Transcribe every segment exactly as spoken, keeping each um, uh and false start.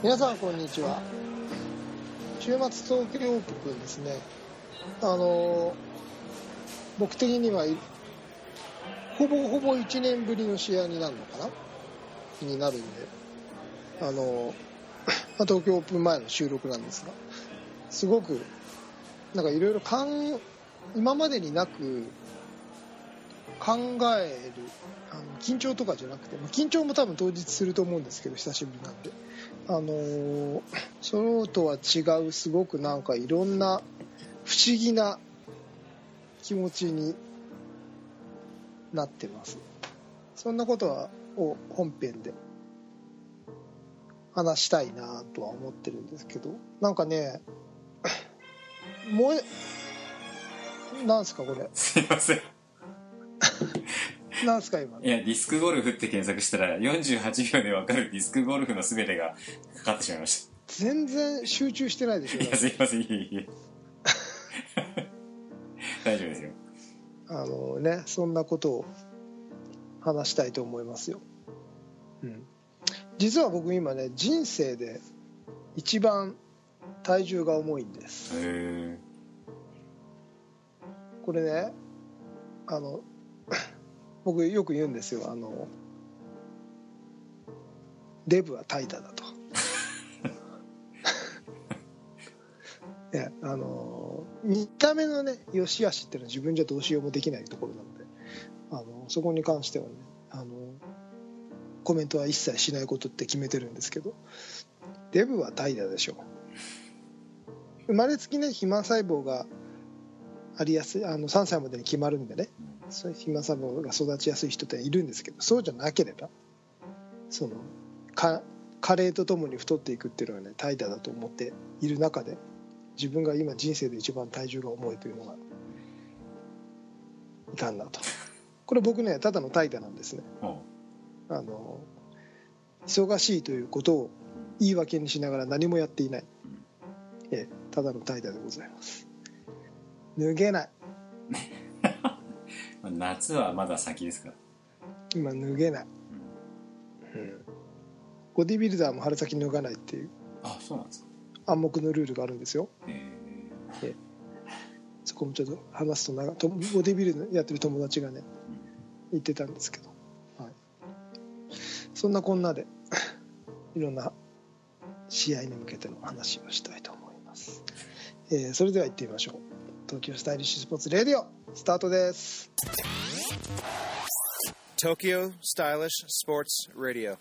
皆さんこんにちは。週末東京オープンですね。あの僕的にはほぼほぼいちねんぶりの試合になるのかなになるんで、あの東京オープン前の収録なんですが、すごくなんかいろいろ今までになく考える、あの緊張とかじゃなくて、緊張も多分当日すると思うんですけど、久しぶりなんで、あのー、そのとは違う、すごくなんかいろんな不思議な気持ちになってます。そんなことはを本編で話したいなとは思ってるんですけど、なんかね、もうなんすかこれ。 すいません。 なんすか今の。 いや、ディスクゴルフって検索したらよんじゅうはちびょうで分かるディスクゴルフのすべてがかかってしまいました。 全然集中してないでしょ。 いや、すいません。いえいえ大丈夫ですよ。 あのね、そんなことを話したいと思いますよ。うん。実は僕今ね、人生で一番体重が重いんです。 へー。 これね、あの僕よく言うんですよ。あのデブは怠惰だと。いや、あの見た目のね良し悪しっていうのは自分じゃどうしようもできないところなので、あのそこに関してはね、あのコメントは一切しないことって決めてるんですけど、デブは怠惰でしょう。生まれつきね、肥満細胞がありやすい、あのさんさいまでに決まるんでね、そういう肥満細胞が育ちやすい人っているんですけど、そうじゃなければそのか加齢とともに太っていくっていうのはね、怠惰だと思っている中で、自分が今人生で一番体重が重いというのがいかんなと。これ僕ね、ただの怠惰なんですね。あの忙しいということを言い訳にしながら何もやっていない、えただの怠惰でございます。脱げない。 夏はまだ先ですか。 今脱げない、うん、ボディビルダーも春先脱がないっていう、 あ、そうなんですか。 暗黙のルールがあるんですよ。 へー。 えそこもちょっと話すと長とボディビルやってる友達がね言ってたんですけど、はい、そんなこんなでいろんな試合に向けての話をしたいと思います。えー、それでは行ってみましょう。東京スタイリッシュスポーツレディオスタートです。 Tokyo Stylish Sports Radio。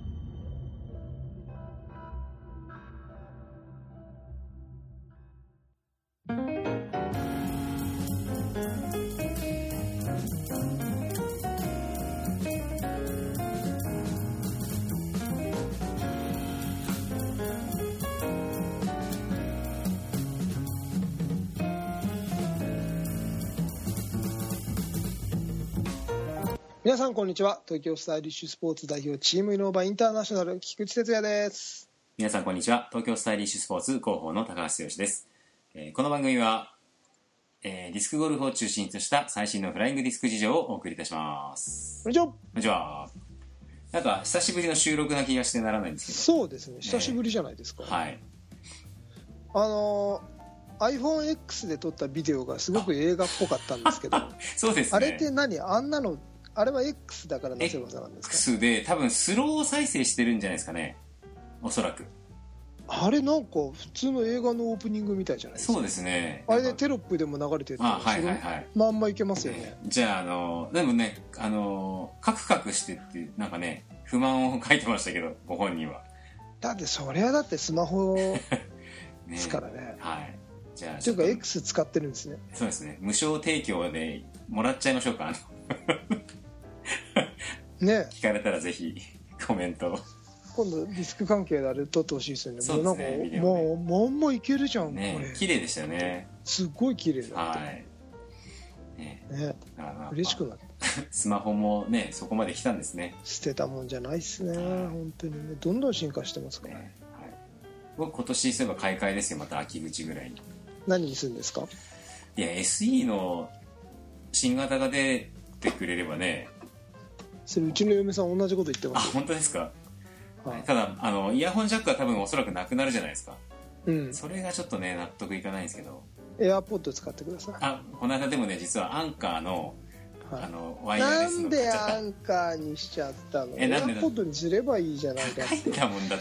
皆さんこんにちは。東京スタイリッシュスポーツ代表チームイノーバインターナショナル菊池哲也です。 皆さんこんにちは。東京スタイリッシュスポーツ広報の高橋剛です。えー、この番組は、えー、ディスクゴルフを中心とした最新のフライングディスク事情をお送りいたします。 こんにちは。 こんにちは。なんか久しぶりの収録な気がしてならないんですけど。 そうですね、久しぶりじゃないですか。 えー、はい。 あのー、iPhone-X で撮ったビデオがすごく映画っぽかったんですけどそうですね。 あれって何、あんなのあれは X だからなぜ技なんですか。 X で多分スロー再生してるんじゃないですかね、おそらく。 あれなんか普通の映画のオープニングみたいじゃないですか。 そうですね。 あれでテロップでも流れてると、 あ、はいはいはい、 まんまいけますよね。 じゃあ、あのでもね、あのカクカクしてってなんかね、不満を書いてましたけど、ご本人は。 だってそれはだってスマホですからね。ね、 はい。じゃあというか X 使ってるんですね。 そうですね、無償提供でもらっちゃいましょうか。ね、聞かれたらぜひコメントを。今度ディスク関係であれ撮ってほしいですよね。そうですね、もうなんか、ね、もうまんまいけるじゃん、 ね、これ綺麗でしたよね。 すっごい綺麗だった。 はいねね、 嬉しくなる。 スマホもね、そこまで来たんですね。 捨てたもんじゃないっすね、本当にね。どんどん進化してますからね。 はい、僕今年そういえば買い替えですよ、また秋口ぐらいに。 何にするんですか。 いや エスイー の新型が出てくれればね。 それうちの嫁さん同じこと言ってます。 あ、本当ですか。 はい、ただあのイヤホンジャックは多分おそらくなくなるじゃないですか、 うん、 それがちょっとね納得いかないんですけど、 エアポッド使ってください。 あ、この間でもね実はアンカーの、はい、あのワイヤレスのなんでアンカーにしちゃったの？ え、なんでエアポッドにすればいいじゃないかって。 高いんだもんだって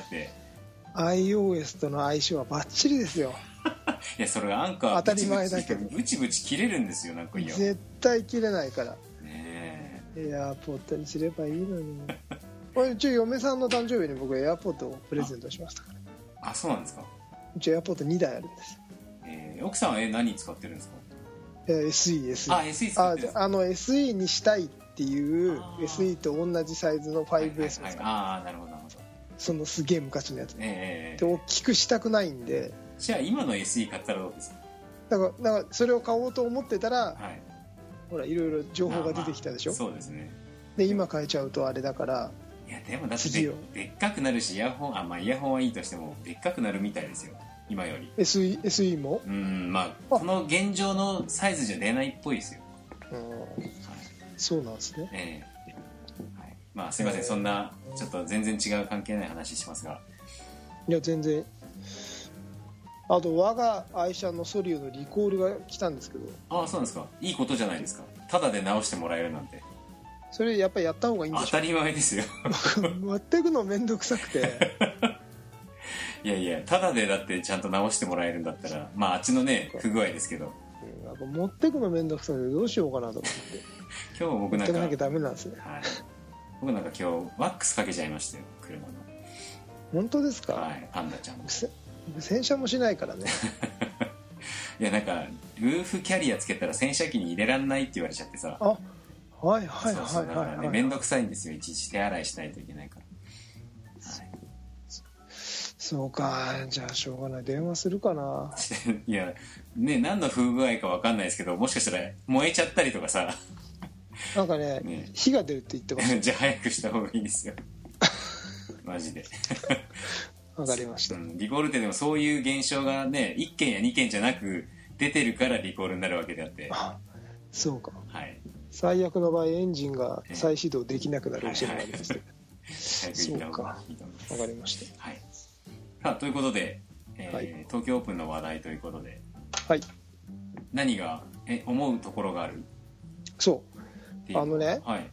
iOS との相性はバッチリですよ。 いやそれがアンカー当たり前だけどブチブチ切れるんですよ、なんかいや絶対切れないからねエアポッドにすればいいのにこれうち嫁さんの誕生日に僕エアポッドをプレゼントしましたから。 あ、そうなんですか。 うちエアポッドにだいあるんです。 えー、奥さんはえ何使ってるんですか。 えー、エスイー エスイーあ エスイー 使ってるんですか。 ああの エスイー にしたいっていう エスイー と同じサイズの ファイブエス を使って、 はいはいはい、ああなるほどなるほど。 そのすげえ昔のやつ、 えー、 で大きくしたくないんで、 じゃあ今の エスイー 買ったらどうですか。 だからだからそれを買おうと思ってたら、 はい、 ほらいろいろ情報が出てきたでしょ、 まあまあ、そうですね。で今変えちゃうとあれだから。 いやでもだって で, でっかくなるしイヤホンあまあイヤホンはいいとしてもでっかくなるみたいですよ今より。 エスイー, エスイー もうんまあこの現状のサイズじゃ出ないっぽいですよ。 うん、はい、そうなんですね。 えーはい、まあすいません、そんなちょっと全然違う関係ない話しますが。 いや全然。あと我が愛車のソリューのリコールが来たんですけど。 ああそうなんですか。いいことじゃないですか。タダで直してもらえるなんて。 それやっぱりやった方がいいんでしょ。 当たり前ですよ持ってくのめんどくさくていやいやタダでだってちゃんと直してもらえるんだったらまああっちのね不具合ですけど、 うん、なんか持ってくのめんどくさくてどうしようかなと思って今日僕なんか持ってかなきゃダメなんですね、 はい、僕なんか今日ワックスかけちゃいましたよ車の。 本当ですか。はいパンダちゃんも洗車もしないからねいやなんかルーフキャリアつけたら洗車機に入れらんないって言われちゃってさ。 あはいはいはいそうそうだからはい、 ね、めんどくさいんですよ、いちいち手洗いしないといけないから、はい、 そうか。じゃあしょうがない、電話するかな。 いやね何の不具合か分かんないですけどもしかしたら燃えちゃったりとかさなんか ね, ね火が出るって言ってましたじゃあ早くした方がいいですよマジでわかりました、 うん、リコールってでもそういう現象がねいっけんやにけんじゃなく出てるからリコールになるわけであって。 あそうか、 はい、 最悪の場合エンジンが再始動できなくなる恐れがありますね。 早く行った方がいいと思います。 わかりました。 はい。さあということで、えーはい、 東京オープンの話題ということで、 はい。 何がえ思うところがある？ そうあのね、 はい。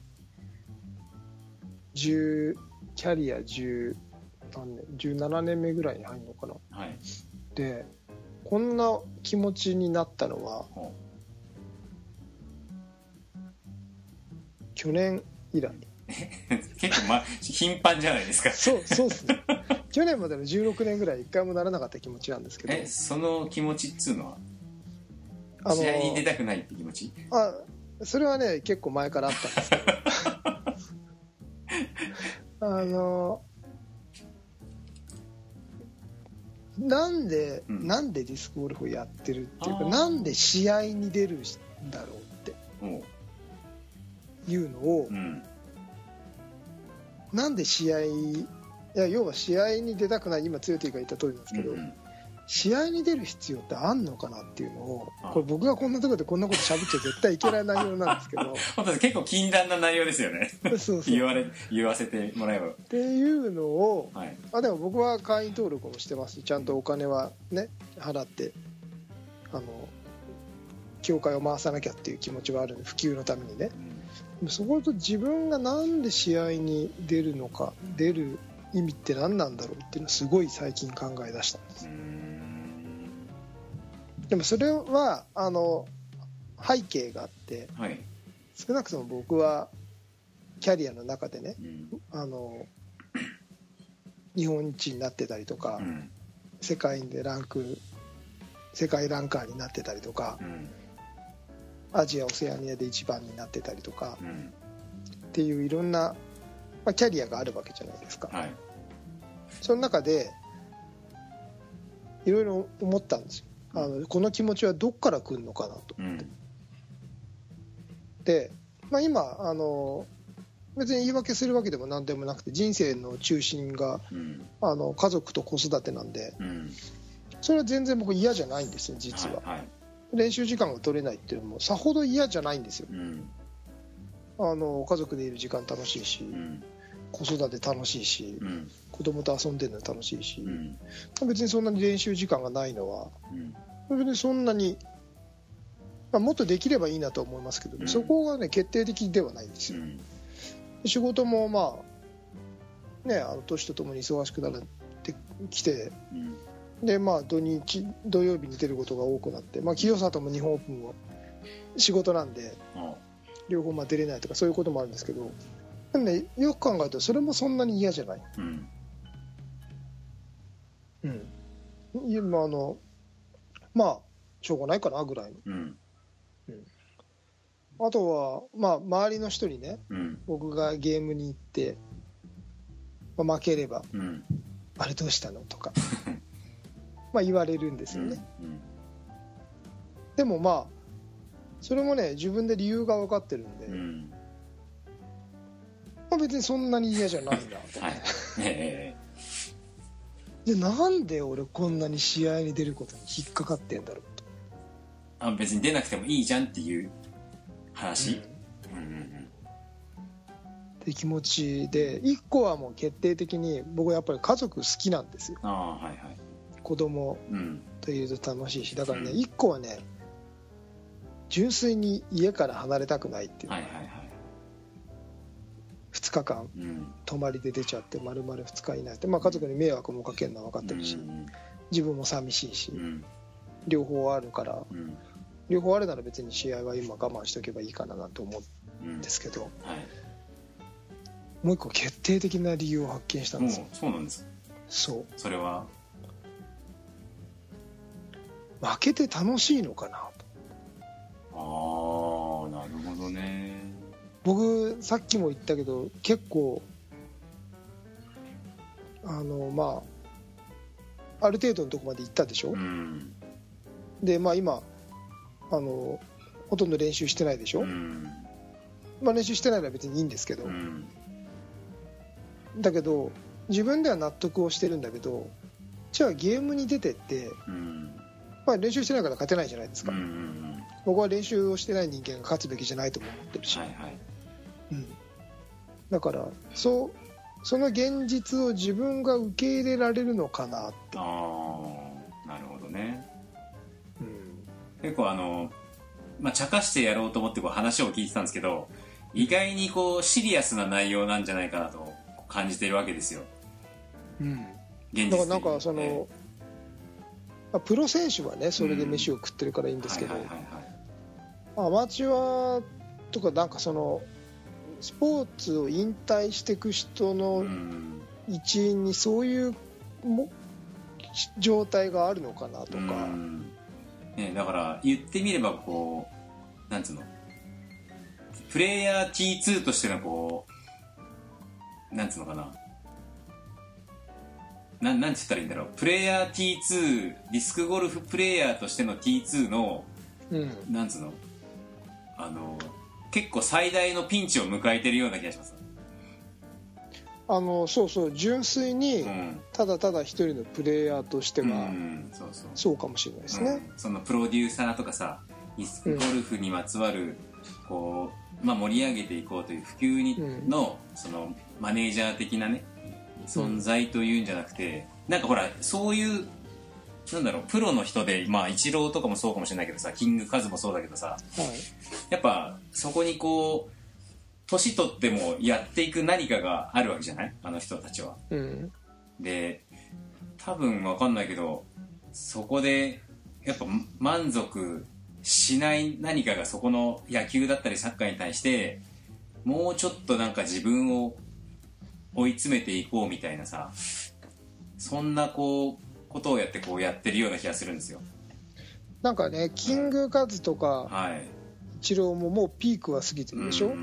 じゅうキャリアじゅう何年じゅうななねんめぐらいに入るのかな。 はい。 でこんな気持ちになったのは。去年以来結構、ま、頻繁じゃないですかそうそうですね去年までのじゅうろくねんぐらい一回もならなかった気持ちなんですけど。 えその気持ちっつうのはあの試合に出たくないって気持ち。 あそれはね結構前からあったんですけどあのなんで、うん、なんでディスクゴルフをやってるっていうかなんで試合に出るんだろうっていうのを、うん、なんで試合いや要は試合に出たくない今強いが言った通りなんですけど、うんうん、試合に出る必要ってあんのかなっていうのをこれ僕がこんなところでこんなこと喋っちゃ絶対いけない内容なんですけど本当です結構禁断な内容ですよねそうそう言われ言わせてもらえばっていうのを、 はい、 あでも僕は会員登録もしてますしちゃんとお金はね払ってあの協会を回さなきゃっていう気持ちはあるんで普及のためにね、うん、そこと自分がなんで試合に出るのか出る意味って何なんだろうっていうのをすごい最近考え出したんです。でもそれはあの背景があって、はい、少なくとも僕はキャリアの中でね、うん、あの日本一になってたりとか、うん、世界でランク世界ランカーになってたりとか、うん、アジアオセアニアで一番になってたりとか、うん、っていういろんな、まあ、キャリアがあるわけじゃないですか、はい、その中でいろいろ思ったんですよ。あのこの気持ちはどっから来るのかなと思って、うん、で、まあ、今あの別に言い訳するわけでも何でもなくて人生の中心が、うん、あの家族と子育てなんで、うん、それは全然僕嫌じゃないんですよ実は、はいはい、練習時間が取れないっていうのもさほど嫌じゃないんですよ、うん、あの家族でいる時間楽しいし、うん、 子育て楽しいし、 うん、 子供と遊んでるの楽しいし、 うん、 別にそんなに練習時間がないのは、 うん、 別にそんなに、まあ、もっとできればいいなと思いますけど、 うん、 そこがね決定的ではないんですよ、うん、仕事もまあね、あの年とともに忙しくなってきて、うん、でまあ土日土曜日に出ることが多くなって、まあ、清里も日本オープンも仕事なんで、うん、両方まあ出れないとかそういうこともあるんですけど、でもね、よく考えるとそれもそんなに嫌じゃない。うん。うん。今あのまあしょうがないかなぐらいの。うん。うん、あとはまあ周りの人にね、うん、僕がゲームに行って、まあ、負ければ、うん、あれどうしたのとかまあ言われるんですよね。うんうん、でもまあそれもね自分で理由が分かってるんで。うん、別にそんなに嫌じゃないなと、はい、えー、でなんで俺こんなに試合に出ることに引っかかってんだろうと。 あ、別に出なくてもいいじゃんっていう話、うんうんうんうん、 って気持ちで、いっこはもう決定的に僕はやっぱり家族好きなんですよ。あ、はいはい、子供といると楽しいし、だからね、うん、いっこはね純粋に家から離れたくないっていう、はいはいはい、ふつかかん、うん、泊まりで出ちゃって丸々ふつかいないって、まあ、家族に迷惑もかけるのは分かってるし、うん、自分も寂しいし、うん、両方あるから、うん、両方あるなら別に試合は今我慢しておけばいいかなと思うんですけど、うん、はい、もう一個決定的な理由を発見したんですよ。 そうなんですか。 そう、 それは負けて楽しいのかなと。 ああ、なるほどね。 僕さっきも言ったけど結構あのまあある程度のとこまで行ったでしょ、うん、でまあ今あのほとんど練習してないでしょ、うん、まあ練習してないのは別にいいんですけど、うん、だけど自分では納得をしてるんだけど、じゃあゲームに出てって、うん、まあ練習してないから勝てないじゃないですか、うんうんうん、僕は練習をしてない人間が勝つべきじゃないと思ってるし、はいはい、うん、だからそうその現実を自分が受け入れられるのかなって。 ああ、なるほどね、うん、結構あの、まあ、茶化してやろうと思ってこう話を聞いてたんですけど、意外にこうシリアスな内容なんじゃないかなと感じてるわけですよ、うん、現実的に。だからなんかその、えー、プロ選手はねそれで飯を食ってるからいいんですけど、アマチュアとかなんかそのスポーツを引退していく人の一員にそういうも状態があるのかなとか、うんね、だから言ってみればこうなんつうのプレイヤー ティーツー としてのこうなんつうのかなななんて言ったらいいんだろう、プレイヤー ティーツー ディスクゴルフプレイヤーとしての ティーツー の、うん、なんつうのあの結構最大のピンチを迎えてるような気がします。 あのそうそう、純粋にただただ一人のプレイヤーとしては、うん、そうそうそうかもしれないですね、 うん、そのプロデューサーとかさディスクゴルフにまつわる、うん、こう、まあ、盛り上げていこうという普及にの、うん、そのマネージャー的なね存在というんじゃなくて、うん、なんかほらそういうなんだろうプロの人で、まあイチローとかもそうかもしれないけどさ、キングカズもそうだけどさ、はい、やっぱそこにこう年取ってもやっていく何かがあるわけじゃない、あの人たちは、うん、で多分わかんないけどそこでやっぱ満足しない何かがそこの野球だったりサッカーに対してもうちょっとなんか自分を追い詰めていこうみたいなさ、そんなこうことをやってこうやってるような気がするんですよ。 なんかねキングカズとか、はい、イチローももうピークは過ぎてるでしょ、うん、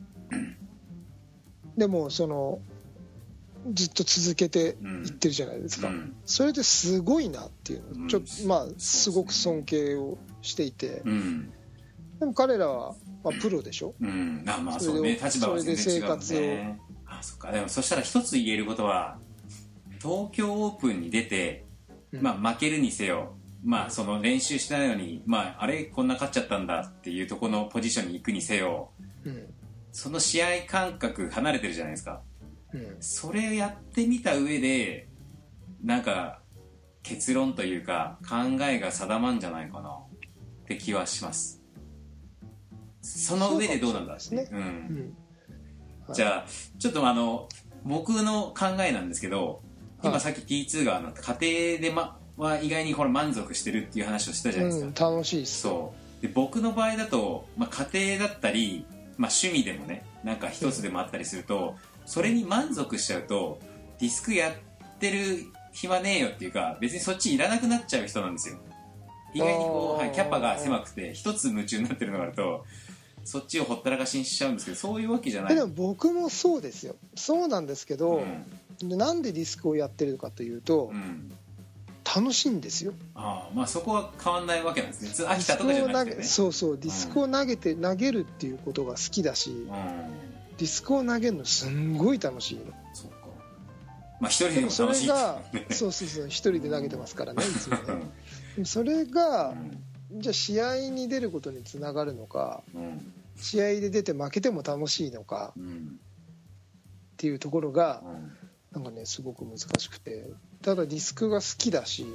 でもそのずっと続けていってるじゃないですか、うん、それですごいなっていうの、うん、ちょっとまあすごく尊敬をしていて、うん、でも彼らは、まあ、プロでしょ、うん、あまあそうね、立場は全然違うね。それで生活を、 あそっか、でもそしたら一つ言えることは東京オープンに出て、まあ、負けるにせよ、まあ、その練習してないのに、まあ、あれこんな勝っちゃったんだっていうところのポジションに行くにせよ、うん、その試合感覚離れてるじゃないですか。 うん、 それをやってみた上でなんか結論というか考えが定まんじゃないかなって気はします。その上でどうなんだってね、うんうん、はい、じゃあちょっとあの僕の考えなんですけど、今さっき ティーツー があの家庭で、ま、は意外にこれ満足してるっていう話をしたじゃないですか、 うん、楽しいです。 そうで僕の場合だと、まあ、家庭だったり、まあ、趣味でもねなんか一つでもあったりすると、うん、それに満足しちゃうとディスクやってる暇ねえよっていうか別にそっちいらなくなっちゃう人なんですよ。意外にこう、はい、キャパが狭くて一つ夢中になってるのがあるとそっちをほったらかしにしちゃうんですけど、そういうわけじゃない。 でも僕もそうですよ。そうなんですけど、うん、なんでディスクをやってるかというと、うん、楽しいんですよ。 ああ、まあそこは変わんないわけなんですね。飽きたとかじゃなくてね。 そうそう、ディスクを投げて、うん、投げるっていうことが好きだし、うん、ディスクを投げるのすんごい楽しいの。そうか。 まあ一人でも楽しいですよね。 それがそうそうそう、一人で投げてますからね、いつもね。それが、うん、じゃあ試合に出ることにつながるのか、うん、試合で出て負けても楽しいのか、うん、っていうところが、うん、なんかねすごく難しくて、ただディスクが好きだし、うん、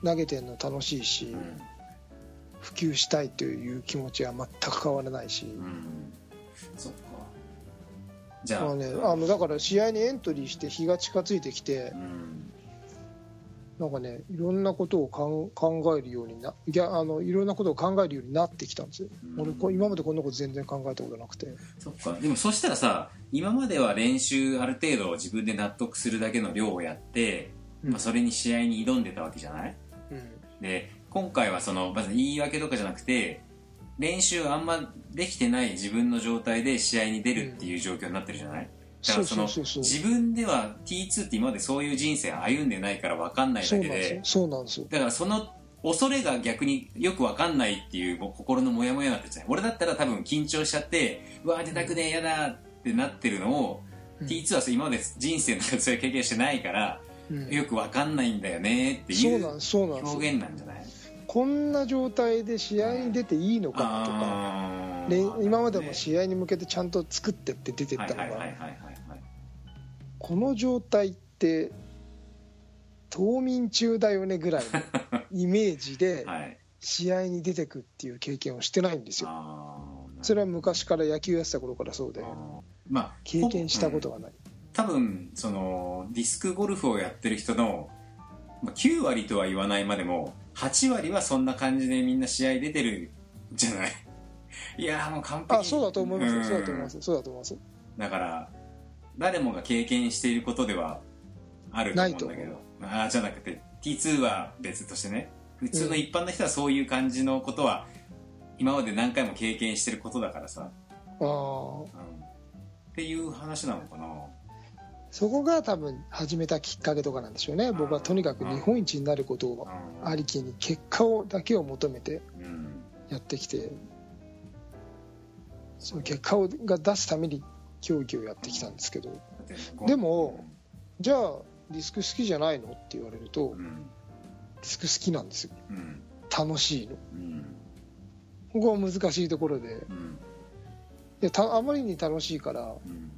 投げてるの楽しいし、うん、普及したいという気持ちは全く変わらないし、うん、 そっか。じゃあ、 まあね、あのだから試合にエントリーして日が近づいてきて、うん、なんかねいろんなことをかん考えるようにないやあのいろんなことを考えるようになってきたんですよ、うん、俺今までこんなこと全然考えたことなくて。 そっか。でもそしたらさ、今までは練習ある程度自分で納得するだけの量をやって、うん、まあ、それに試合に挑んでたわけじゃない、うん、で今回はそのまず言い訳とかじゃなくて練習あんまできてない自分の状態で試合に出るっていう状況になってるじゃない、うん、だからその自分では ティーツー って今までそういう人生歩んでないから分かんないだけで、 そうなんですよ。 だからその恐れが逆によく分かんないっていう心のモヤモヤになってるじゃない。俺だったら多分緊張しちゃってうわー出たくねえやだってなってるのを、うん、ティーツー は今まで人生の中でそういう経験してないから、うん、よく分かんないんだよねっていう表現なんじゃない。 こんな状態で試合に出ていいのかなとか、今までも試合に向けてちゃんと作ってって出てったのが、この状態って冬眠中だよねぐらいのイメージで試合に出てくっていう経験をしてないんですよ。それは昔から野球やってた頃からそうで、まあ、経験したことがない、うん、 多分そのディスクゴルフをやってる人のきゅう割とは言わないまでもはち割はそんな感じでみんな試合出てるじゃない。いやもう完璧。 あ、そうだと思います、うん、そうだと思いますそうだと思います。 だから誰もが経験していることではあると思うんだけど、あじゃなくて ティーツー は別としてね、普通の一般の人はそういう感じのことは今まで何回も経験してることだからさ、あ、うん、っていう話なのかな。 そこが多分始めたきっかけとかなんでしょうね。僕はとにかく日本一になることをありきに結果をだけを求めてやってきて、その結果をが出すために競技をやってきたんですけど、でもじゃあディスク好きじゃないのって言われると、ディスク好きなんですよ。楽しいの。ここは難しいところで、いやたあまりに楽しいから、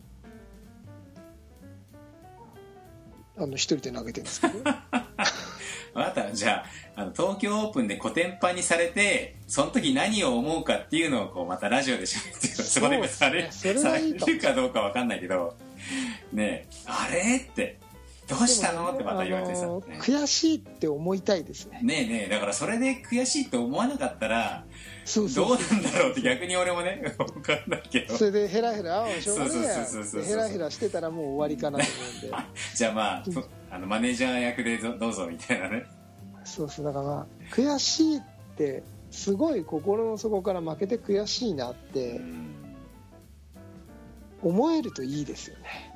あの一人で投げてるんですけどあなたじゃあ、あの東京オープンでコテンパンにされてその時何を思うかっていうのをこうまたラジオでしゃべってそこでされ、それされるかどうか分かんないけどねえ、あれってどうしたのってまた言われてさ、ね、 悔しいって思いたいですね。 ねえねえ、だからそれで悔しいって思わなかったらそうそうそうどうなんだろうって逆に俺もね分かんないけど、 それでヘラヘラああしょうがねえやヘラヘラしてたらもう終わりかなと思うんでじゃあまあ、あのマネージャー役でどうぞみたいなね。 そうそう、だから、まあ、悔しいってすごい心の底から負けて悔しいなって思えるといいですよね。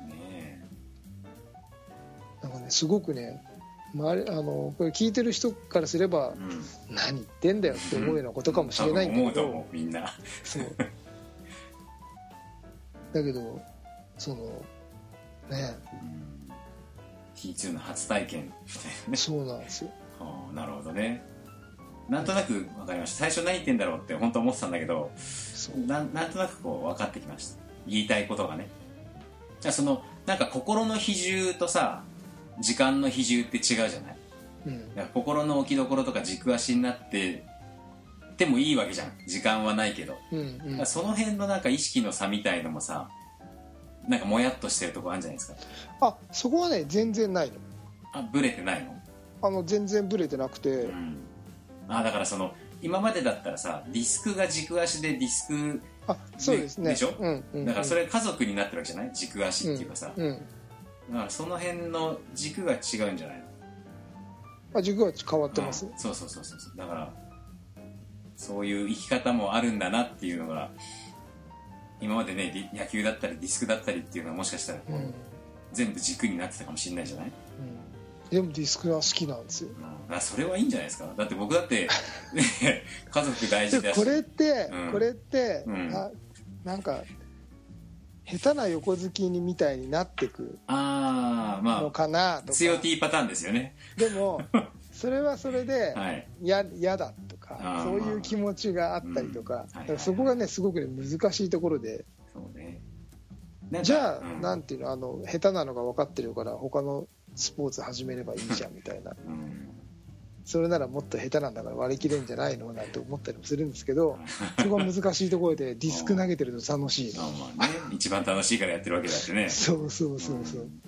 なんかねすごくね、まあ、あのこれ聞いてる人からすれば、うん、何言ってんだよって思うようなことかもしれないんだけど、うん、 思うと思うみんなそうだけどそのね、うん、 ティーツー の初体験みたいなね。 そうなんですよ。 はあ、なるほどね。なんとなく分かりました。最初何言ってんだろうって本当思ってたんだけど、な ん, なんとなくこう分かってきました。言いたいことがね。 じゃあそのなんか心の比重とさ時間の比重って違うじゃない、うん、だから心の置きどころとか軸足になってでもいいわけじゃん、時間はないけど、うんうん、だからその辺のなんか意識の差みたいのもさなんかもやっとしてるとこあるんじゃないですか。 あ、そこはね全然ないの。 あ、ブレてないの？ あの全然ブレてなくて、うん、 あ、だからその今までだったらさディスクが軸足でディスクあ、そうですね、 でしょ、 うんうんうん、 だからそれ家族になってるわけじゃない、軸足っていうかさ、うんうん、だからその辺の軸が違うんじゃないの？ あ、軸が変わってます。 そうそうそうそう、だからそういう生き方もあるんだなっていうのが今までね野球だったりディスクだったりっていうのはもしかしたら、うん、全部軸になってたかもしれないじゃない、うん、 でもディスクは好きなんですよ、 うん、あ、それはいいんじゃないですか。だって僕だって、ね、家族大事だしこれって、うん、これって、うん、な, なんか下手な横好きにみたいになってくのかなとか、 強 T パターンですよね。 でもそれはそれで嫌、はい、だとかそういう気持ちがあったりとか、うん、だからそこがねすごく、ね、難しいところで、 そうね、 じゃあ、うん、なんていうの、あの下手なのが分かってるから他のスポーツ始めればいいじゃんみたいな、うん、それならもっと下手なんだから割り切れんじゃないのなんて思ったりもするんですけどそこが難しいところでディスク投げてると楽しい、 まあね、一番楽しいからやってるわけだってねそうそうそうそう、うん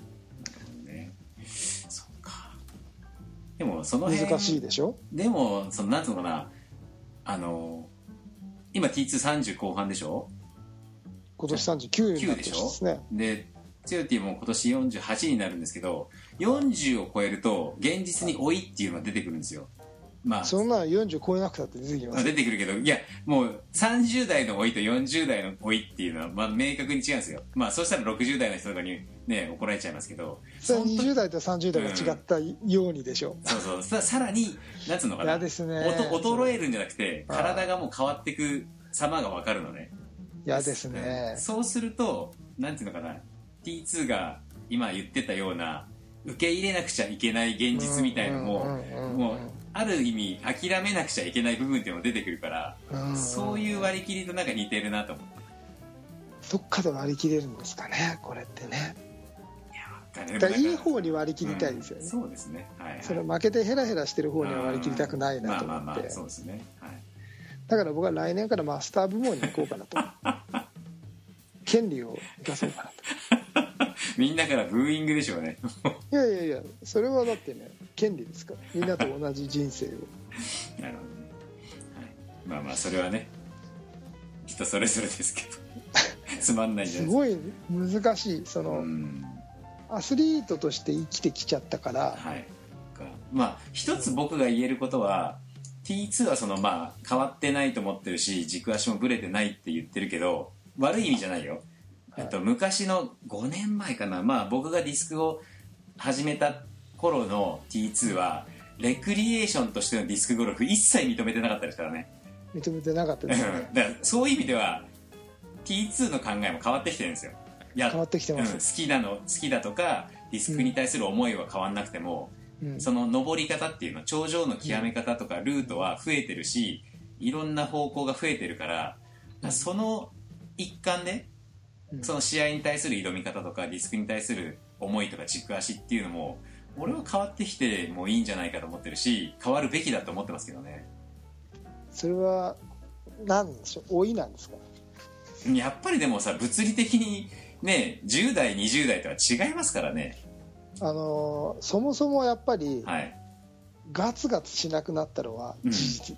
でもその辺難しいでしょ。 でもそのなんつうのかな、あの今 ティーツーさんじゅう 後半でしょ。 今年さんじゅうきゅうになってますね。 でツヨティも今年よんじゅうはちになるんですけど、よんじゅうを超えると現実に老いっていうのが出てくるんですよ。まあそんなよんじゅう超えなくたって出てきます。 出てくるけど、いやもうさんじゅう代の老いとよんじゅう代の老いっていうのはまあ明確に違うんですよ。まあそうしたらろくじゅう代の人とかにね怒られちゃいますけど、 それにじゅう代とさんじゅう代が違ったようにでしょ、 うん、そうそうさ、さらになんつうのかな、 嫌ですね、 衰えるんじゃなくて体がもう変わっていく様が分かるのね。 嫌ですね。 そうするとなんていうのかな、 ティーツー が今言ってたような受け入れなくちゃいけない現実みたいのももうある意味諦めなくちゃいけない部分っていうのも出てくるから、うん、そういう割り切りとなんか似てるなと思って。 どっかで割り切れるんですかねこれってね。 いや分かる。 だからいい方に割り切りたいですよね、 うん、そうですね、はいはい、 それ負けてヘラヘラしてる方には割り切りたくないなと思って、まあまあまあそうですね、はい、だから僕は来年からマスター部門に行こうかなと権利を生かそうかなとみんなからブーイングでしょうねいやいやいや、それはだってね権利ですから、みんなと同じ人生をなるほどね、はい、 まあまあそれはね人それぞれですけどつまんないじゃないですか。 すごい難しい、その、うん、アスリートとして生きてきちゃったから、 はい、まあ一つ僕が言えることは ティーツー はそのまあ変わってないと思ってるし軸足もブレてないって言ってるけど悪い意味じゃないよ、えっと、昔のごねんまえかな、まあ、僕がディスクを始めた頃の ティーツー はレクリエーションとしてのディスクゴルフ一切認めてなかったですからね。 認めてなかったですねだからそういう意味では ティーツー の考えも変わってきてるんですよ。いや変わってきてます、 うん、好きなの好きだとかディスクに対する思いは変わんなくても、うん、その登り方っていうの頂上の極め方とかルートは増えてるし、いろんな方向が増えてるから、うん、その一環でその試合に対する挑み方とかディスクに対する思いとか軸足っていうのも俺は変わってきてもいいんじゃないかと思ってるし、変わるべきだと思ってますけどね。 それは何でしょう、老いなんですか。 やっぱりでもさ物理的にねじゅう代にじゅう代とは違いますからね。 あのー、そもそもやっぱり、 はい、 ガツガツしなくなったのは事実、うん、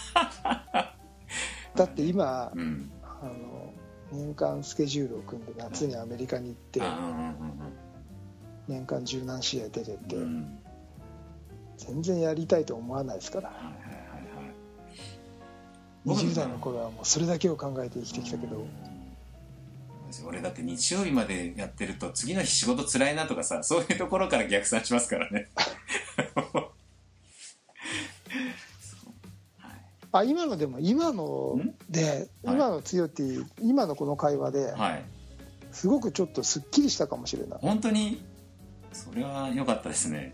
だって今、うん、あの年間スケジュールを組んで夏にアメリカに行って、うん、年間十何試合出てって、うん、全然やりたいと思わないですから、はいはいはいはい、にじゅう代の頃はもうそれだけを考えて生きてきたけど、うん、 俺だって日曜日までやってると次の日仕事つらいなとかさ、そういうところから逆算しますからねあ今のでも今ので今の強っていう今のこの会話で、はい、すごくちょっとすっきりしたかもしれない。 本当にそれは良かったですね。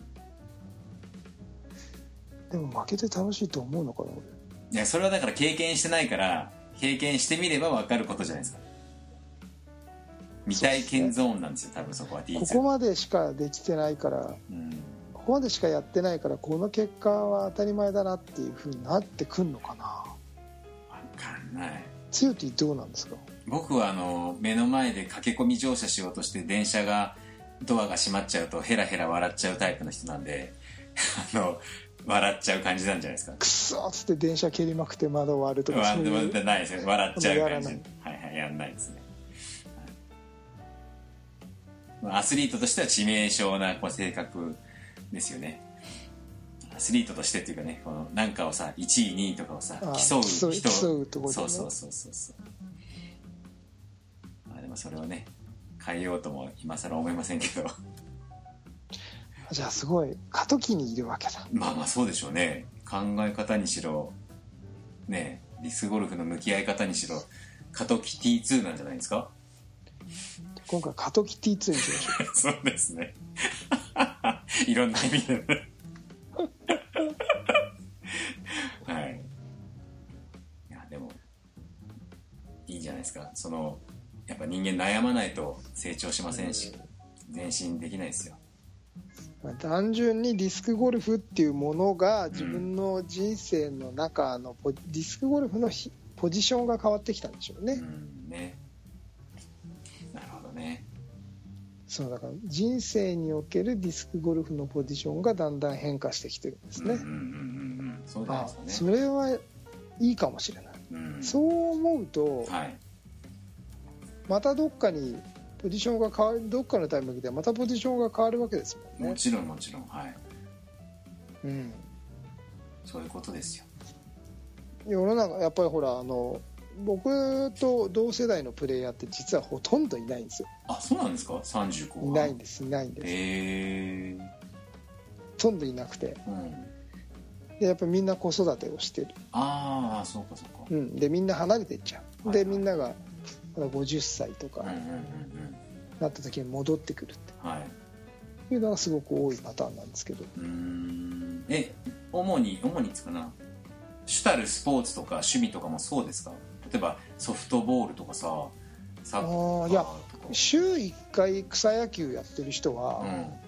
でも負けて楽しいと思うのかな。 いやそれはだから経験してないから経験してみれば分かることじゃないですか。 未体験ゾーンなんですよ、多分そこは ティーツー。 ここまでしかできてないから、うん、ここまでしかやってないからこの結果は当たり前だなっていう風になってくんのかな。 分かんない。 つよティどうなんですか？ 僕はあの目の前で駆け込み乗車しようとして電車がドアが閉まっちゃうとヘラヘラ笑っちゃうタイプの人なんであの笑っちゃう感じなんじゃないですか。 くそーっつって電車蹴りまくって窓割るとかそういうないですね。笑っちゃう感じ。はいはい、やんないですね。アスリートとしては致命傷なこう性格ですよね。アスリートとしてっていうかね、このなんかをさいちいにいとかをさ競う人、 競うところで、ね、 そうそうそうそうそう。まあでもそれをね変えようとも今更思いませんけど。 じゃあすごい過渡期にいるわけだ。 まあまあそうでしょうね。考え方にしろね、ディスクゴルフの向き合い方にしろ過渡期 ティーツー なんじゃないですか。 今回過渡期 ティーツー にしましょう。 そうですね。いろんな意味でね。はい。いやでもいいんじゃないですか。そのやっぱ人間悩まないと成長しませんし、前進できないですよ。 まあ、単純にディスクゴルフっていうものが自分の人生の中のポ、うん、ディスクゴルフのポジションが変わってきたんでしょうね。 うんね。なるほどね。 そうだから人生におけるディスクゴルフのポジションがだんだん変化してきてるんですね。 うんうんうんうん、そうなんですよね。 それはいいかもしれない。うん、そう思うと、はい、またどっかにポジションが変わる、どっかのタイミングでまたポジションが変わるわけですもんね。 もちろんもちろん、はい、 うん、 そういうことですよ。 世の中やっぱりほらあの僕と同世代のプレイヤーって実はほとんどいないんですよ。 あ、そうなんですか。さんじゅう後半いないんですいないんです。 へー、 ほとんどいなくて、うん、でやっぱりみんな子育てをしてる。 ああ、そうかそうか、 うん、でみんな離れていっちゃう、はいはい、でみんながごじゅっさいとかなった時に戻ってくるって、はい、いうのがすごく多いパターンなんですけど。 うーん、え主に主につかな、主たるスポーツとか趣味とかもそうですか。例えばソフトボールとかさ、サッカーとか。あ、いや週いっかい草野球やってる人は、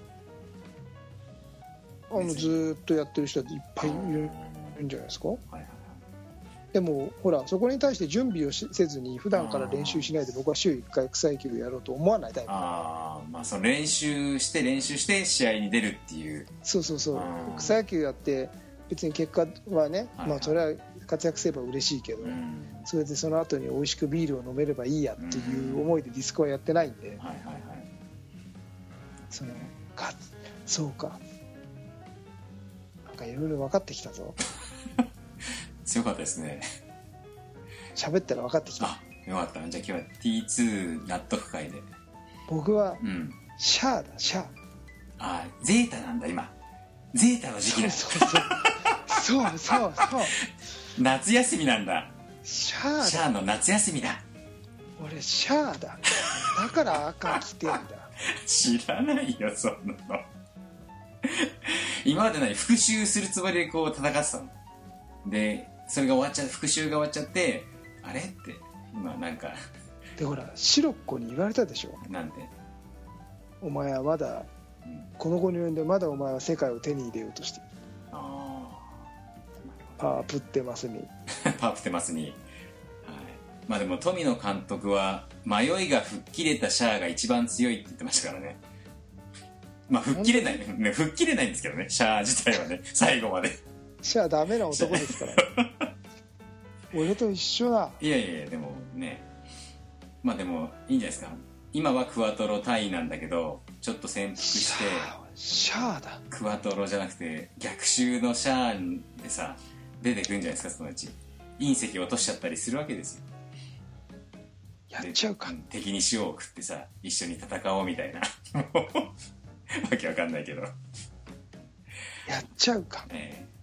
うん、あのずっとやってる人はいっぱいいるんじゃないですか。はいはいはい、でもほらそこに対して準備をせずに普段から練習しないで僕は週いっかい草野球をやろうと思わないタイプ。 あ、まあ、その練習して練習して試合に出るっていう。 そうそうそう、草野球やって別に結果はね、はいはい、まあ、それは活躍すれば嬉しいけど、うん、それでその後に美味しくビールを飲めればいいやっていう思いでディスクはやってないんで、うん、はいはいはい、そのかそうか、なんかいろいろ分かってきたぞ。 強かったですね。 喋ったら分かってきた。 あ、よかった。じゃあ今日は ティーツー 納得会で。 僕は、うん、シャアだシャア。あ、ゼータなんだ今。ゼータの時期だ。 そうそうそうそうそうそう夏休みなんだ。 シャアだ。 シャアの夏休みだ。 俺シャアだ。だから赤着てんだ。 知らないよそんなの。今まで何復讐するつもりでこう戦ってたので、それが終わっちゃう、復讐が終わっちゃって、あれって今なんかでほらシロッコに言われたでしょ。 なんでお前はまだ、うん、この後に及んでまだお前は世界を手に入れようとしている。ああ、パープってますにパープってますに、はい、まあでも富野監督は迷いが吹っ切れたシャアが一番強いって言ってましたからね。まあ吹っ切れないね、吹っ切れないんですけどね、シャア自体はね最後までシャアダメな男ですから俺と一緒だ。 いやいやいや、でもね、まあでもいいんじゃないですか。今はクワトロ大尉なんだけどちょっと潜伏してシャアだ。 クワトロじゃなくて逆襲のシャアでさ出てくるんじゃないですか。そのうち隕石落としちゃったりするわけですよ。 やっちゃうか。 敵に塩を食ってさ一緒に戦おうみたいなわけわかんないけどやっちゃうか、ええ、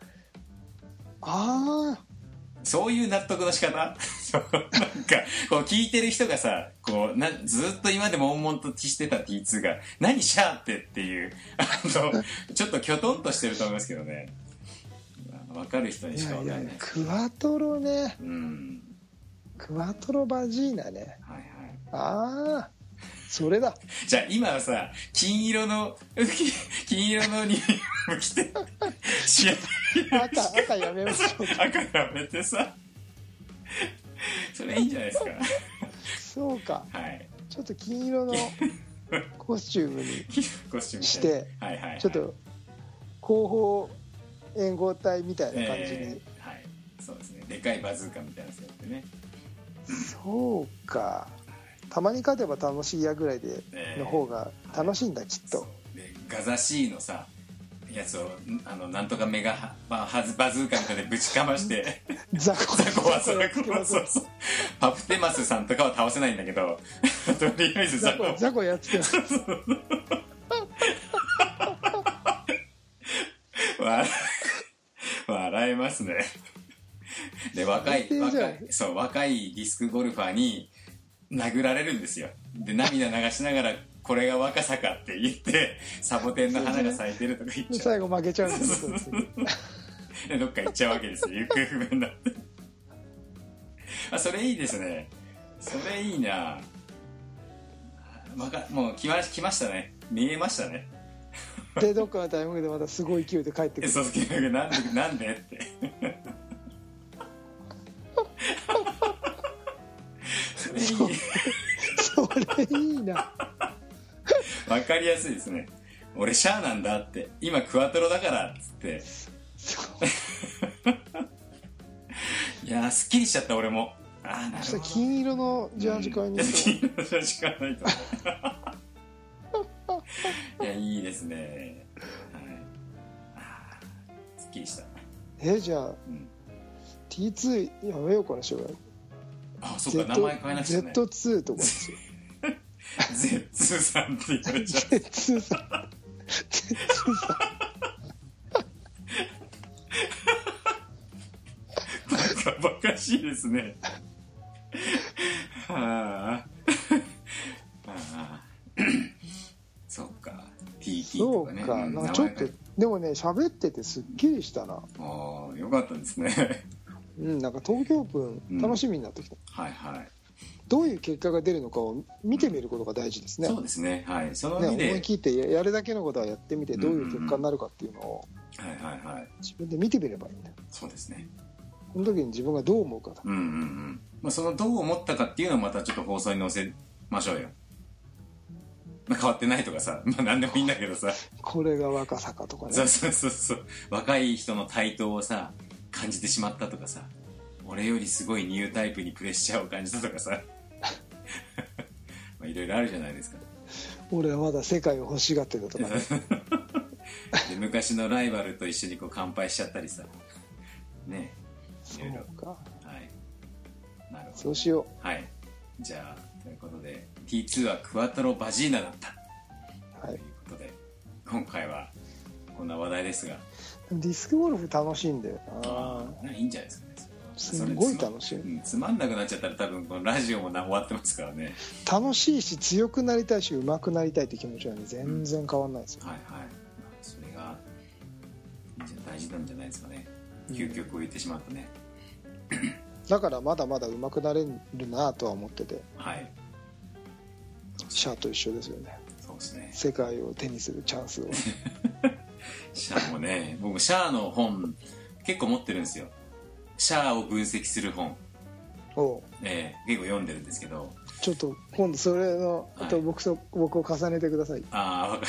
ああ、 そういう納得の仕方なんかこう聞いてる人がさこうなずっと今でも悶々としてた ティーツー が何シャーってっていうあのちょっときょとんとしてると思いますけどね。分かる人にしか分かんない。いやいや、 クワトロね、 うん、 クワトロバジーナね、はいはい、ああそれだ。 じゃあ今はさ、金色の金色のユニフォーム着て試合赤赤やめましょう。 赤やめてさ、それいいんじゃないですか。 そうか。 はい。 ちょっと金色のコスチュームにコスチュームして、 はいはいはい、 ちょっと後方援護隊みたいな感じに、 えー、はい、そうですね。でかいバズーカみたいなやつやってね。 そうか。たまに勝てば楽しいやぐらいでの方が楽しいんだ、えー、きっと。 でガザシーのさやつをあのなんとかメガバズーカみたいでぶちかましてザコザコはザコはそうそうパプテマスさんとかは倒せないんだけどとりあえずザコザコやっつけます笑, 笑えますね。で若い若いそう若いディスクゴルファーに殴られるんですよ。で涙流しながらこれが若さかって言ってサボテンの花が咲いてるとか言っちゃう。 最後負けちゃうんですよ。 でどっか行っちゃうわけですよ。行方不明になってあ、それいいですね。それいいな。もう来ま、来ましたね。見えましたね。 でどっかのタイミングでまたすごい勢いで帰ってくる。 そうなんでなんでってそれいい。 それいいな。 わかりやすいですね。俺シャアなんだって今クワトロだからっつっていやーすっきりしちゃった俺も。あーなるほど。 金色のジャージ買いに行くと、 金色のジャージ買わないといやいいですね、はい、あすっきりした。 えじゃあ、うん、ティーツー やめようかなしよう。 あそうか、名前変えなくちゃね。 ゼットツー とかですよゼッツー さんって言われちゃう。 ゼッツー さん ゼッツー さんバカしいですね。はあそっか ティーティー とかね。 そうか、うん、なんかちょっとでもね喋っててすっきりしたな。 ああよかったですね。 うんなんか東京オープン楽しみになってきた、 うん、はいはい。どういう結果が出るのかを見てみることが大事ですね、 うん、そうですね、はい。その意味で、 ね、思い切ってやるだけのことはやってみてどういう結果になるかっていうのを自分で見てみればいいんだ。 そうですね。 この時に自分がどう思うかだ。 うんうんうん。まあ、そのどう思ったかっていうのをまたちょっと放送に載せましょうよ。まあ、変わってないとかさ、まあ何でもいいんだけどさ。 これが若さかとかね。 そうそうそうそう。若い人の台頭をさ感じてしまったとかさ、俺よりすごいニュータイプにプレッシャーを感じたとかさ。まあいろいろあるじゃないですか。 俺はまだ世界を欲しがってたとかね。 で昔のライバルと一緒にこう乾杯しちゃったりさ。ね。 そうか。 はい。なるほど。 そうしよう。はい。じゃあということで ティーツー はクワトロバジーナだった。はい。ということで今回はこんな話題ですが。 ディスクゴルフ楽しいんだよな。 ああ、いいんじゃないですかね。 すごい楽しい、 うん、つまんなくなっちゃったら多分このラジオもな終わってますからね。 楽しいし強くなりたいし上手くなりたいって気持ちは、ね、全然変わんないですよ、 うん、はいはい。それが大事なんじゃないですかね。究極を言ってしまうとね、 うん、だからまだまだ上手くなれるなとは思ってて、 はい、 シャアと一緒ですよね。 そうですね。世界を手にするチャンスをシャアもね、僕シャアの本結構持ってるんですよ。シャアを分析する本を、えー、結構読んでるんですけど、 ちょっと今度それのあと 僕,、はい、僕を重ねてください。 ああ、分か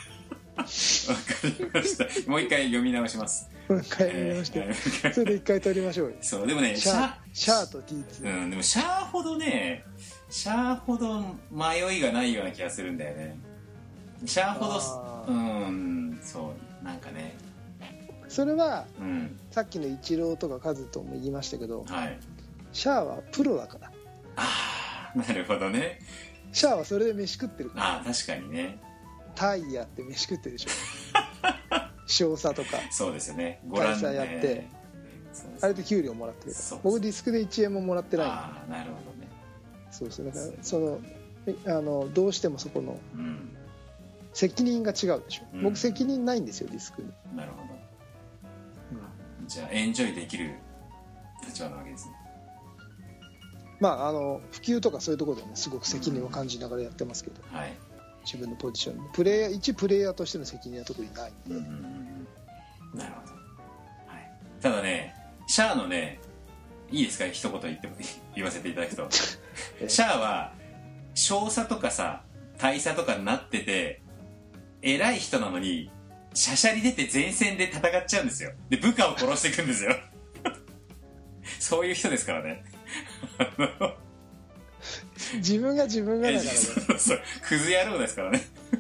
りました。もう一回読み直します。 もう一回読み直して、えー、それで一回取りましょうよ。 そうでもね、 シャアシャアと ティーツー、 うん、でもシャアほどねシャアほど迷いがないような気がするんだよね。シャアほどうんそうなんかね、 それは、 うん、 さっきのイチローとかカズとも言いましたけど、 はい、 シャアはプロだから。 ああなるほどね。 シャアはそれで飯食ってるから。 ああ確かにね。 タイやって飯食ってるでしょ。少佐とかそうですよね。 ご覧やって、ね、あれで給料もらってるから。僕ディスクでいちえんももらってない。 ああなるほどね。 そうそう、だからそのあのどうしてもそこの、うん、責任が違うでしょ、うん、僕責任ないんですよディスクに。 なるほど、うん、じゃあエンジョイできる立場なわけですね。 まああの普及とかそういうところでねすごく責任を感じながらやってますけど、 うん、はい、 自分のポジションプレイヤー一プレイヤーとしての責任は特にないんで、 うんうんうん、なるほど、はい、ただねシャアのねいいですか一言言っても言わせていただくとシャアは少佐とかさ大佐とかになってて偉い人なのにしゃしゃり出て前線で戦っちゃうんですよ。で部下を殺していくんですよそういう人ですからね自分が自分がだからねそうそうクズ野郎ですからね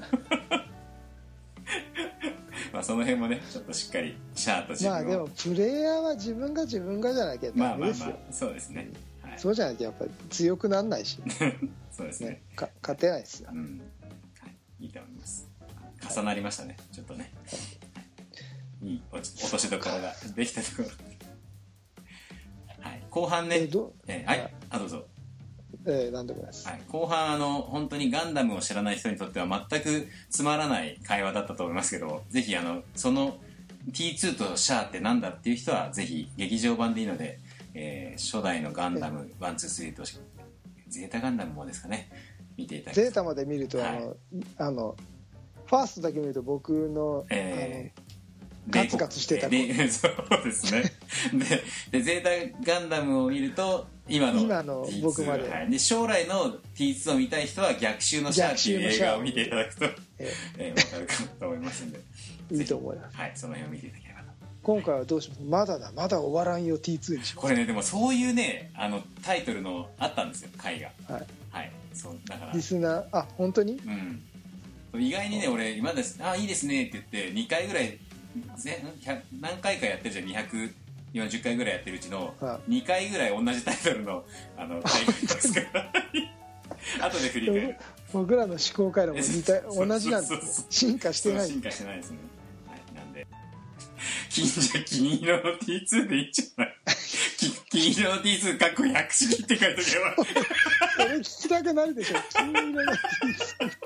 まあその辺もねちょっとしっかりシャアと自分をまあでもプレイヤーは自分が自分がじゃなきゃダメですよ、 まあまあまあそうですね、はい、 そうじゃなきゃやっぱり強くなんないしそうですね、 ね、か勝てないですよ、 うんはい、いいと思います。重なりましたねちょっとね、はい、いい落ち落としどころができたところはい、後半ね、 えどえー、はい、あどうぞ。 えー、何でもないです、 はい、後半あの本当にガンダムを知らない人にとっては全くつまらない会話だったと思いますけど、ぜひあのその ティーツー とシャアってなんだっていう人はぜひ劇場版でいいので、えー、初代のガンダムいち、に、さんとゼータガンダムもですかね見ていただきゼータまで見ると、はい、あのあのファーストだけ見ると僕の、えー、あのガツガツしてた子、 えー、そうですねで, でゼータガンダムを見ると今の今の僕まで、 はい、で将来の ティーツー を見たい人は逆襲のシャアっていう映画を見ていただくと、えーえー、分かるかと思いますんでいいと思います、 はい、その辺を見ていただければと。 今回はどうします？まだだまだ終わらんよ ティーツー にします。 これねでもそういうねあのタイトルのあったんですよ回が、 はい、 はい、そうだからリスナーあ本当に、 うん、意外にね俺今ですあいいですねって言ってにかいぐらい何回かやってるじゃんにひゃくよんじゅっかいぐらいやってるうちのにかいぐらい同じタイトルのあのタイトルですから後で振り返る僕らの思考回路も似た同じなんですね。進化してない進化してないですね、はい、なんで金じゃ金色の ティーツー でいいんじゃない金色の ティーツー かっこ百式って書いとけばそれ聞きたくなるでしょ金色の ティーツー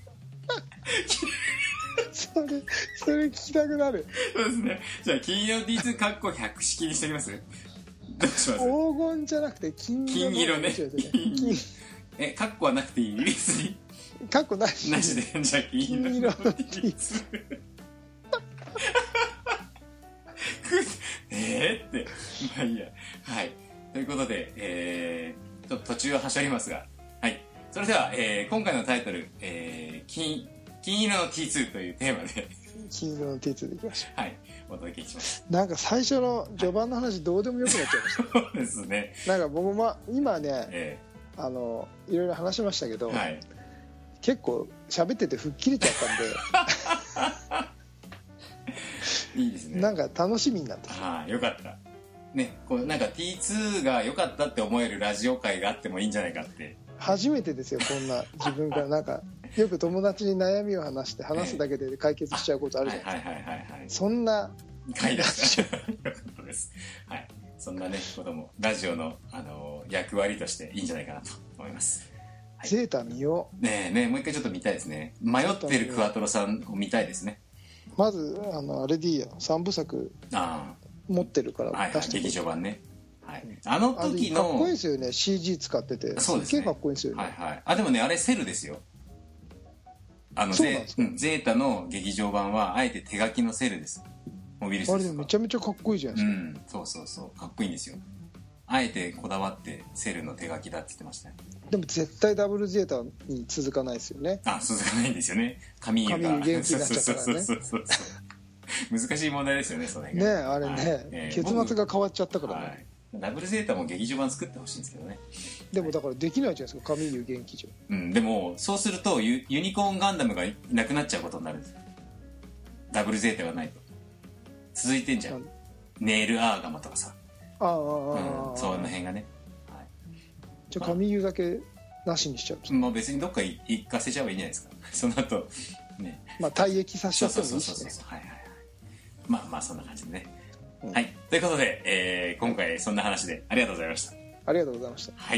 それそれ聞きたくなる。 そうですね。じゃあ金色 ティーツー かっこ百式にしておきます。どうします？ 黄金じゃなくて金色の金色ね。金えカッコはなくていい別に。 カッコなし。 なしでじゃあ金色の ティーツー。えーってまあいいや。はい。ということで、えー、ちょっと途中ははしょりますが、はい。それでは、えー、今回のタイトル、えー、金金色の ティーツー というテーマで金色の ティーツー でいきましょう。はい、お届けします。 なんか最初の序盤の話どうでもよくなっちゃいました。 そうですね。 なんか僕も、ま、今ね、 えー、あのいろいろ話しましたけど、 はい、 結構喋ってて吹っ切れちゃったんでいいですね。 なんか楽しみになってきた。 ああよかった。ね、こうなんか ティーツー が良かったって思えるラジオ会があってもいいんじゃないかって。 初めてですよこんな自分からなんかよく友達に悩みを話して話すだけで解決しちゃうことあるじゃないですか。 はいはいはいはい。 そんな回です。よかったです。はい。そんなねこともラジオのあの役割としていいんじゃないかなと思います。 はい、ゼータ見よう。ねえねえもう一回ちょっと見たいですね。迷ってるクワトロさんを見たいですね。 まずあのあれでいいよさんぶさく持ってるから出して、 はいはい、劇場版ね。はい、あの時のかっこいいですよね シージー 使っててそうですね、 すっげえかっこいいですよね、 はいはい、あでもねあれセルですよ。あのゼ、うん、ゼータの劇場版はあえて手書きのセルです。モビルスーツとかあれめちゃめちゃかっこいいじゃないですか、 うん、そうそうそうかっこいいんですよ。あえてこだわってセルの手書きだって言ってましたね。 でも絶対ダブルゼータに続かないですよね。 あ続かないんですよね。神優が神優元気になっちゃったからね。 そうそうそうそう難しい問題ですよねそれがねあれね、はいえー、結末が変わっちゃったからね、 はい、ダブルゼータも劇場版作ってほしいんですけどね。 でもだからできないじゃないですか神優元気じゃん、 うん、でもそうすると ユ, ユニコーンガンダムがいなくなっちゃうことになるんですよ。ダブルゼータがないと続いてんじゃん。ネイルアーガマとかさああ、 うん、その辺がね、はい、 じゃあ神優だけなしにしちゃう、 まあ、別にどっか行かせちゃえばいいんじゃないですかその後ねまあ退役させちゃってもいいしね。 はいはいはいまあまあそんな感じでね、うん、はいということで、えー、今回そんな話でありがとうございました。 ありがとうございました。 はい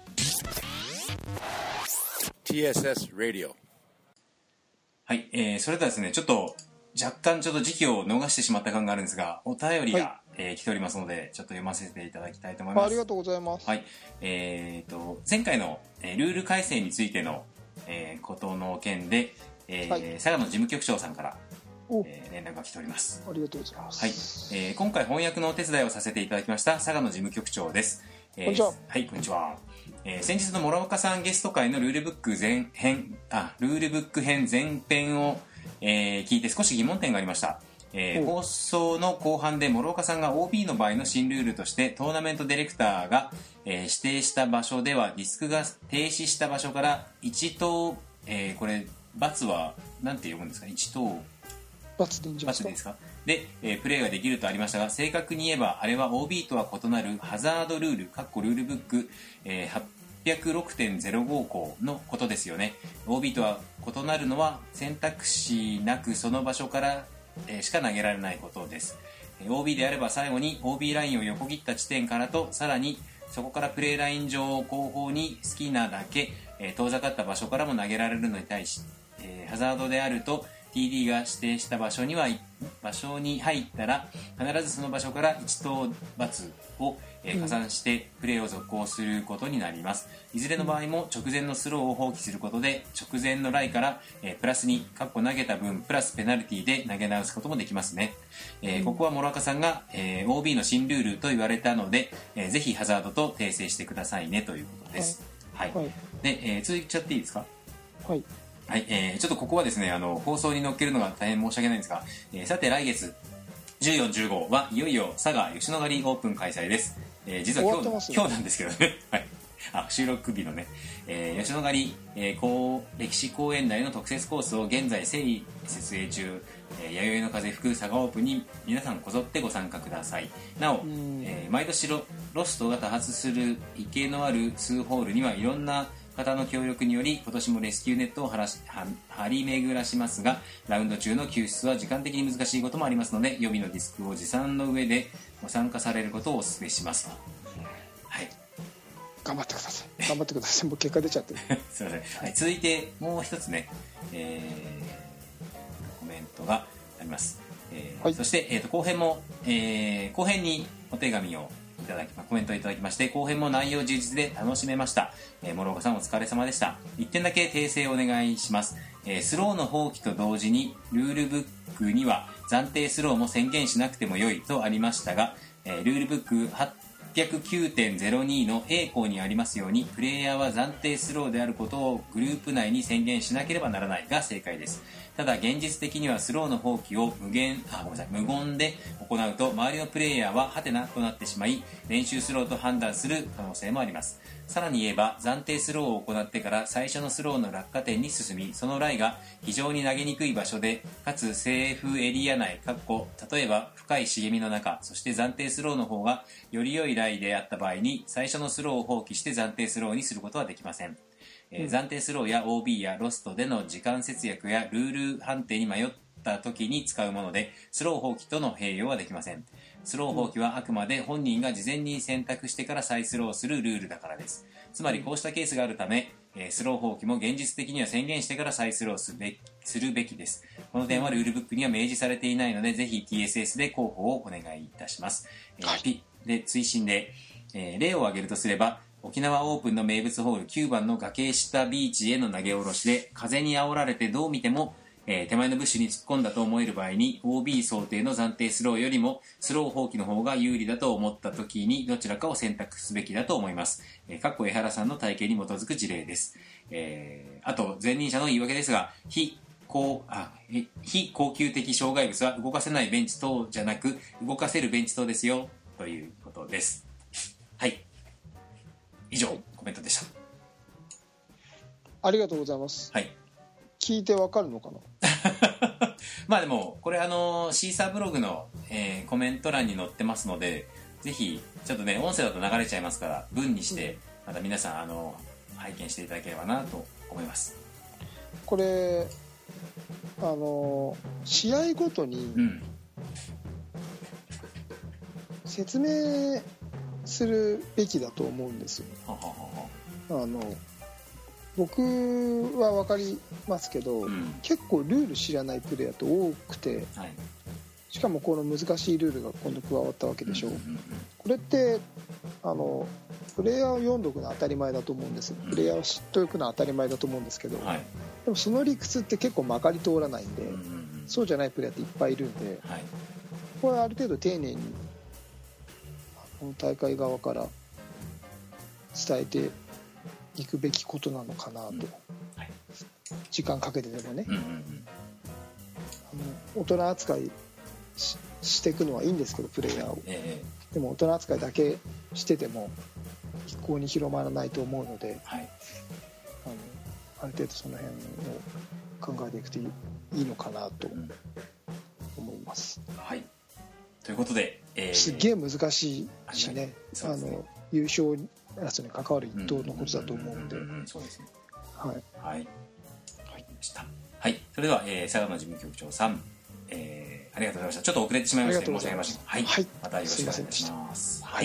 ティーエスエス Radio はい、えー、それではですねちょっと若干ちょっと時期を逃してしまった感があるんですがお便りが、はいえー、来ておりますので、ちょっと読ませていただきたいと思います。 ありがとうございます。 はい。えーと、前回の、えー、ルール改正についての、えー、ことの件で、えーはい、佐賀の事務局長さんから、えー、連絡が来ております。 ありがとうございます。 はい。えー、今回翻訳のお手伝いをさせていただきました佐賀の事務局長です。えー、 こんにちは。 はい、こんにちは。えー、先日の諸岡さんゲスト会のルールブック前編、あ、ルールブック編前編を、えー、聞いて少し疑問点がありました。えー、放送の後半で諸岡さんが オービー の場合の新ルールとしてトーナメントディレクターが、えー、指定した場所ではディスクが停止した場所からいち投、えー、これ×は何て読むんですか？いち投 ×でいいんじゃないですか？×でいいですか？ で、えー、プレーができるとありましたが、正確に言えばあれは オービー とは異なるハザードルール（ルールブック、えー、はっぴゃくろくてんゼロご 項のことですよね。 オービー とは異なるのは選択肢なくその場所からしか投げられないことです。 オービー であれば最後に オービー ラインを横切った地点からと、さらにそこからプレーライン上後方に好きなだけ遠ざかった場所からも投げられるのに対し、ハザードであると ティーディー が指定した場所には場所に入ったら必ずその場所からいち投×を加算してプレーを続行することになります。いずれの場合も直前のスローを放棄することで直前のライからプラスに投げた分プラスペナルティで投げ直すこともできますね。えー、ここは諸岡さんが オービー の新ルールと言われたので、ぜひハザードと訂正してくださいねということです。はい、はい、で、えー、続いちゃっていいですか？ はい。 はい、えー、ちょっとここはですね、あの放送に載っけるのが大変申し訳ないんですが、えー、さて来月じゅうよん、じゅうごはいよいよ佐賀吉野ヶ里オープン開催です。えー、実は今日、今日なんですけどね、はい、あ収録日のね、えー、吉野ヶ里、えー、歴史公園内の特設コースを現在整理設営中、えー、弥生の風吹く佐賀オープンに皆さんこぞってご参加ください。なお、えー、毎年 ロ, ロストが多発する池のある数ホールにはいろんな方の協力により今年もレスキューネットを張らし張り巡らしますが、ラウンド中の救出は時間的に難しいこともありますので、予備のディスクを持参の上でご参加されることをお勧めしますと。はい、 頑張ってください。頑張ってください。もう結果出ちゃってる。 すいません、はい、続いてもう一つね、えー、コメントがあります。えーはい、そして、えー、と後編も、えー、後編にお手紙をいただきコメントをいただきまして、後編も内容充実で楽しめました。えー、諸岡さんお疲れ様でした。いってんだけ訂正お願いします。えー、スローの放棄と同時にルールブックには暫定スローも宣言しなくても良いとありましたが、えー、ルールブックはっぴゃくきゅうてんゼロに の A 項にありますように、プレイヤーは暫定スローであることをグループ内に宣言しなければならないが正解です。ただ現実的にはスローの放棄を無限あごめんなさい無言で行うと周りのプレイヤーはハテナとなってしまい、練習スローと判断する可能性もあります。さらに言えば暫定スローを行ってから最初のスローの落下点に進み、そのライが非常に投げにくい場所でかつセーフエリア内例えば深い茂みの中、そして暫定スローの方がより良いライであった場合に最初のスローを放棄して暫定スローにすることはできません。えー、暫定スローや オービー やロストでの時間節約やルール判定に迷った時に使うもので、スロー放棄との併用はできません。スロー放棄はあくまで本人が事前に選択してから再スローするルールだからです。つまりこうしたケースがあるため、えー、スロー放棄も現実的には宣言してから再スローすべするべきです。この点はルールブックには明示されていないので、ぜひ ティーエスエス で広報をお願いいたします。えー、ピで追伸で、えー、例を挙げるとすれば、沖縄オープンの名物ホールきゅうばんの崖下ビーチへの投げ下ろしで風に煽られてどう見ても、えー、手前のブッシュに突っ込んだと思える場合に オービー 想定の暫定スローよりもスロー放棄の方が有利だと思った時にどちらかを選択すべきだと思います。えー、かっこ江原さんの体系に基づく事例です。えー、あと前任者の言い訳ですが、非高あ非高級的障害物は動かせないベンチ等じゃなく動かせるベンチ等ですよということです。はい、以上コメントでした。 ありがとうございます。 はい、 聞いてわかるのかなまあでもこれあのシーサーブログの、えー、コメント欄に載ってますので、ぜひちょっとね音声だと流れちゃいますから文にしてまた皆さんあの拝見していただければなと思います。 これあの試合ごとに説明するべきだと思うんですよ。 ははははあの僕は分かりますけど、うん、結構ルール知らないプレイヤーって多くて、 はい、 しかもこの難しいルールが今度加わったわけでしょう、 うんうんうん、 これってあのプレイヤーを読んどくのは当たり前だと思うんです、プレイヤーを知っておくのは当たり前だと思うんですけど、 はい、 でもその理屈って結構まかり通らないんで、 うんうんうん、 そうじゃないプレイヤーっていっぱいいるんで、 はい、 これはある程度丁寧に大会側から伝えていくべきことなのかなと、うん、はい、時間かけてでもね、うんうんうん、あの大人扱い し, していくのはいいんですけどプレイヤーを、えー、でも大人扱いだけしてても一向に広まらないと思うので、はい、あのある程度その辺を考えていくとい い, いいのかなと思います、 うん、はい、ということで、 えー、すげえ難しいしね、あの優勝争いに関わる一等のことだと思うので、 そうですね、 はい、 はい、はい、はい、それでは、えー、佐賀の事務局長さん、えー、ありがとうございました。ちょっと遅れてしまいまして申し訳ありません。はい、はい、またよろしくお願いします。はい。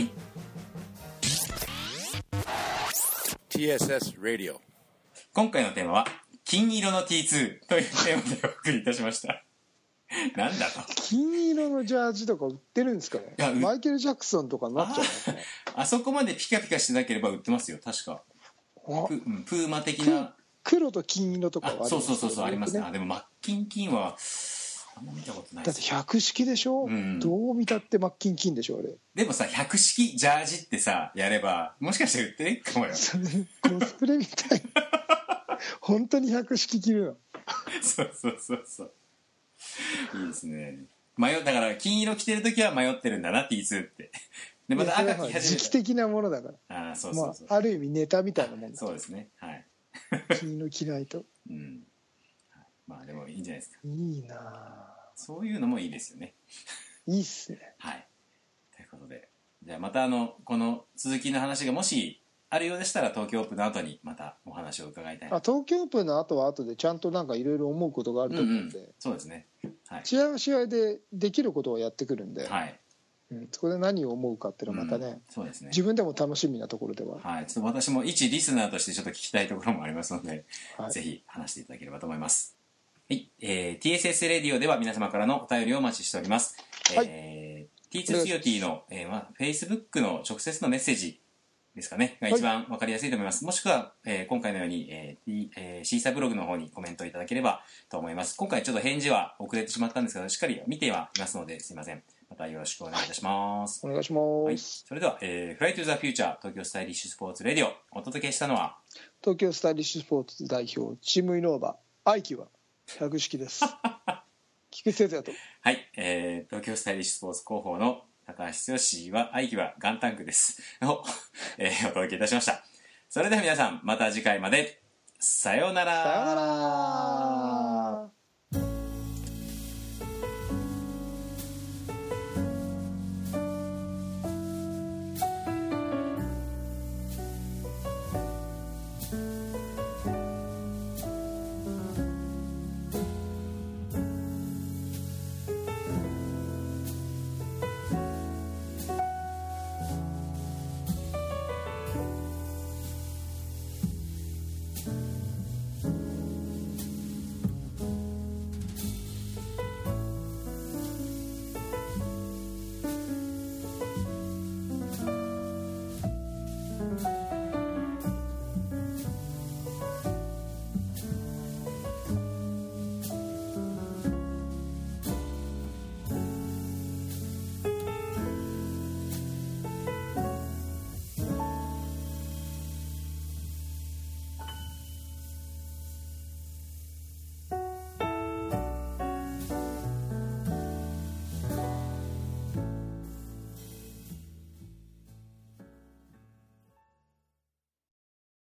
ティーエスエス Radio。 今回のテーマは金色の ティーツー というテーマでお送りいたしました。なんだと。 金色のジャージとか売ってるんですかね。マイケル・ジャクソンとかになっちゃうのかな。 あ, あそこまでピカピカしてなければ売ってますよ、確か。プ, プーマ的な。 黒と金色とかはあります、 ね、そうそうそうありますね。あでもマッキンキンはあんま見たことないです。 だって百式でしょ、うん、どう見たってマッキンキンでしょあれ。 でもさ百式ジャージってさやればもしかして売ってねえかもよ。 コスプレみたい本当に百式着るの。 そうそうそうそういいですね。迷だから金色着てるときは迷ってるんだな ティーツー ってでまた赤着始めた時期的なものだから。 あそうそうそう、 まあ、ある意味ネタみたいなもんだ。 そうですね、はい金色着ないと、 うん、まあでもいいんじゃないですか。 いいなそういうのもいいですよね。 いいっすね。 はいということでじゃあまたあのこの続きの話がもしあるようでしたら東京オープンの後にまたお話を伺いたい。 あ東京オープンの後は後でちゃんとなんかいろいろ思うことがあると思うんで、うんうん、 そうですね、はい、 試合は試合でできることをやってくるんで、 はいうん、そこで何を思うかっていうのはまたね、うん、 そうですね、 自分でも楽しみなところでは、 はい、ちょっと私も一リスナーとしてちょっと聞きたいところもありますので、はい、ぜひ話していただければと思います。はい、えー、ティーエスエス レディオでは皆様からのお便りをお待ちしております。はい、えー、ティーツー シーオーティー の、えーまあ、Facebook の直接のメッセージですかねが一番わかりやすいと思います。はい、もしくは、えー、今回のように、えーえー、シーサーブログの方にコメントいただければと思います。今回ちょっと返事は遅れてしまったんですがしっかり見てはいますのですいません。またよろしくお願いいたします。 はい、お願いします。はい、 それでは、えー、フライトゥーザフューチャー東京スタイリッシュスポーツレディオお届けしたのは東京スタイリッシュスポーツ代表チームイノーバ愛機は百式です菊池哲也とはい、えー、東京スタイリッシュスポーツ広報の高橋剛は愛機はガンタンクですを、えー、お届けいたしました。それでは皆さんまた次回までさようなら。 さようなら。